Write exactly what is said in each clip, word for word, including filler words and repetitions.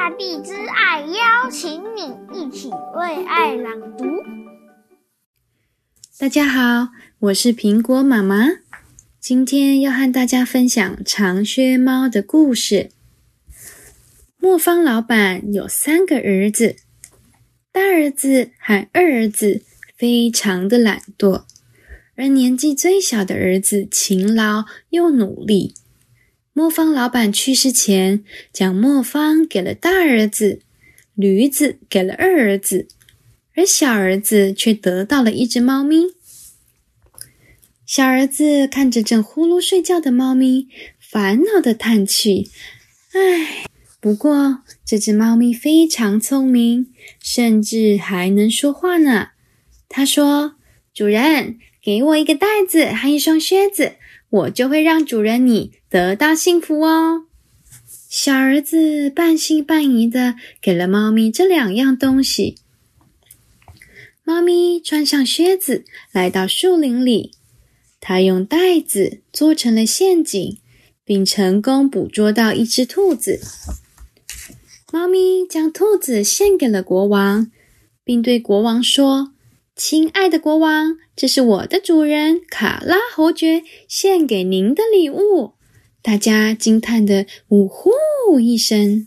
大地之爱邀请你一起为爱朗读。 大家好，我是苹果妈妈，今天要和大家分享长靴猫的故事。磨坊老板有三个儿子，大儿子和二儿子非常的懒惰，而年纪最小的儿子勤劳又努力。磨坊老板去世前，将磨坊给了大儿子，驴子给了二儿子，而小儿子却得到了一只猫咪。小儿子看着正呼噜睡觉的猫咪，烦恼地叹气：唉，不过这只猫咪非常聪明，甚至还能说话呢。他说：主人，给我一个袋子和一双靴子，我就会让主人你得到幸福哦。小儿子半信半疑地给了猫咪这两样东西。猫咪穿上靴子，来到树林里，它用袋子做成了陷阱，并成功捕捉到一只兔子。猫咪将兔子献给了国王，并对国王说：亲爱的国王，这是我的主人卡拉侯爵献给您的礼物。大家惊叹的呜呼一声。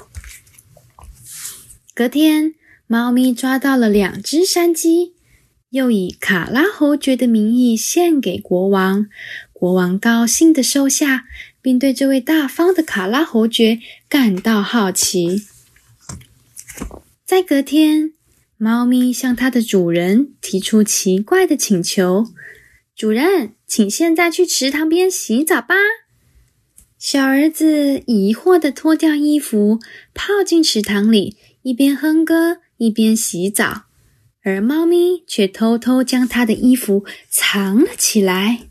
隔天，猫咪抓到了两只山鸡，又以卡拉侯爵的名义献给国王。国王高兴地收下，并对这位大方的卡拉侯爵感到好奇。在隔天，猫咪向它的主人提出奇怪的请求：主人，请现在去池塘边洗澡吧。小儿子疑惑地脱掉衣服，泡进池塘里，一边哼歌一边洗澡，而猫咪却偷偷将他的衣服藏了起来。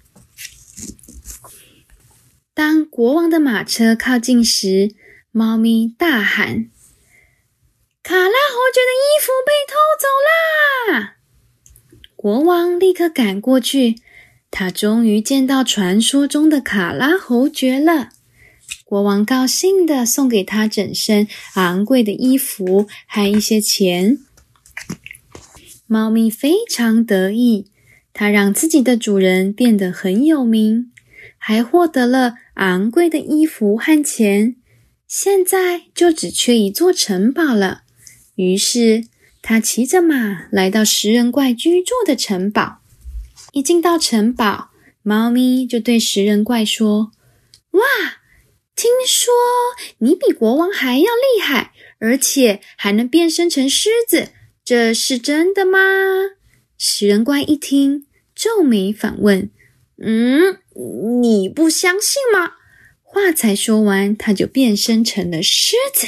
当国王的马车靠近时，猫咪大喊：卡拉侯爵的衣服被偷走啦！国王立刻赶过去，他终于见到传说中的卡拉侯爵了。国王高兴地送给他整身昂贵的衣服和一些钱。猫咪非常得意，它让自己的主人变得很有名，还获得了昂贵的衣服和钱，现在就只缺一座城堡了。于是他骑着马来到食人怪居住的城堡。一进到城堡，猫咪就对食人怪说：哇，听说你比国王还要厉害，而且还能变身成狮子，这是真的吗？食人怪一听，皱眉反问：嗯，你不相信吗？话才说完，他就变身成了狮子。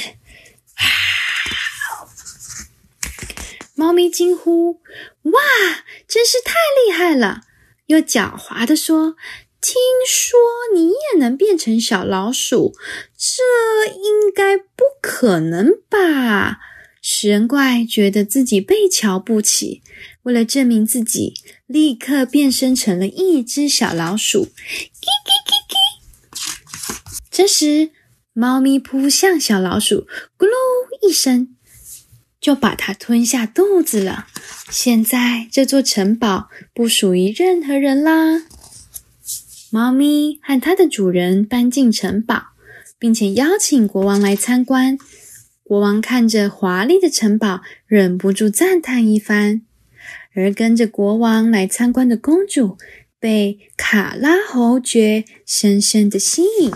猫咪惊呼：哇，真是太厉害了！又狡猾地说：听说你也能变成小老鼠，这应该不可能吧？食人怪觉得自己被瞧不起，为了证明自己，立刻变身成了一只小老鼠。这时，猫咪扑向小老鼠，咕噜一声，就把它吞下肚子了。现在这座城堡不属于任何人啦。猫咪和它的主人搬进城堡，并且邀请国王来参观。国王看着华丽的城堡，忍不住赞叹一番。而跟着国王来参观的公主，被卡拉侯爵深深地吸引。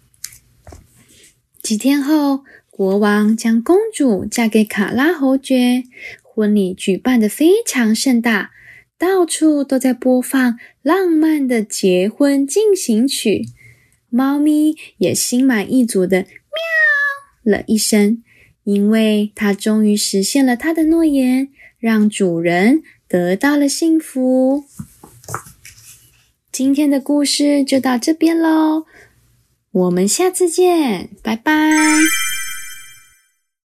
几天后，国王将公主嫁给卡拉侯爵，婚礼举办得非常盛大，到处都在播放浪漫的结婚进行曲。猫咪也心满意足地喵了一声，因为它终于实现了它的诺言，让主人得到了幸福。今天的故事就到这边咯，我们下次见，拜拜。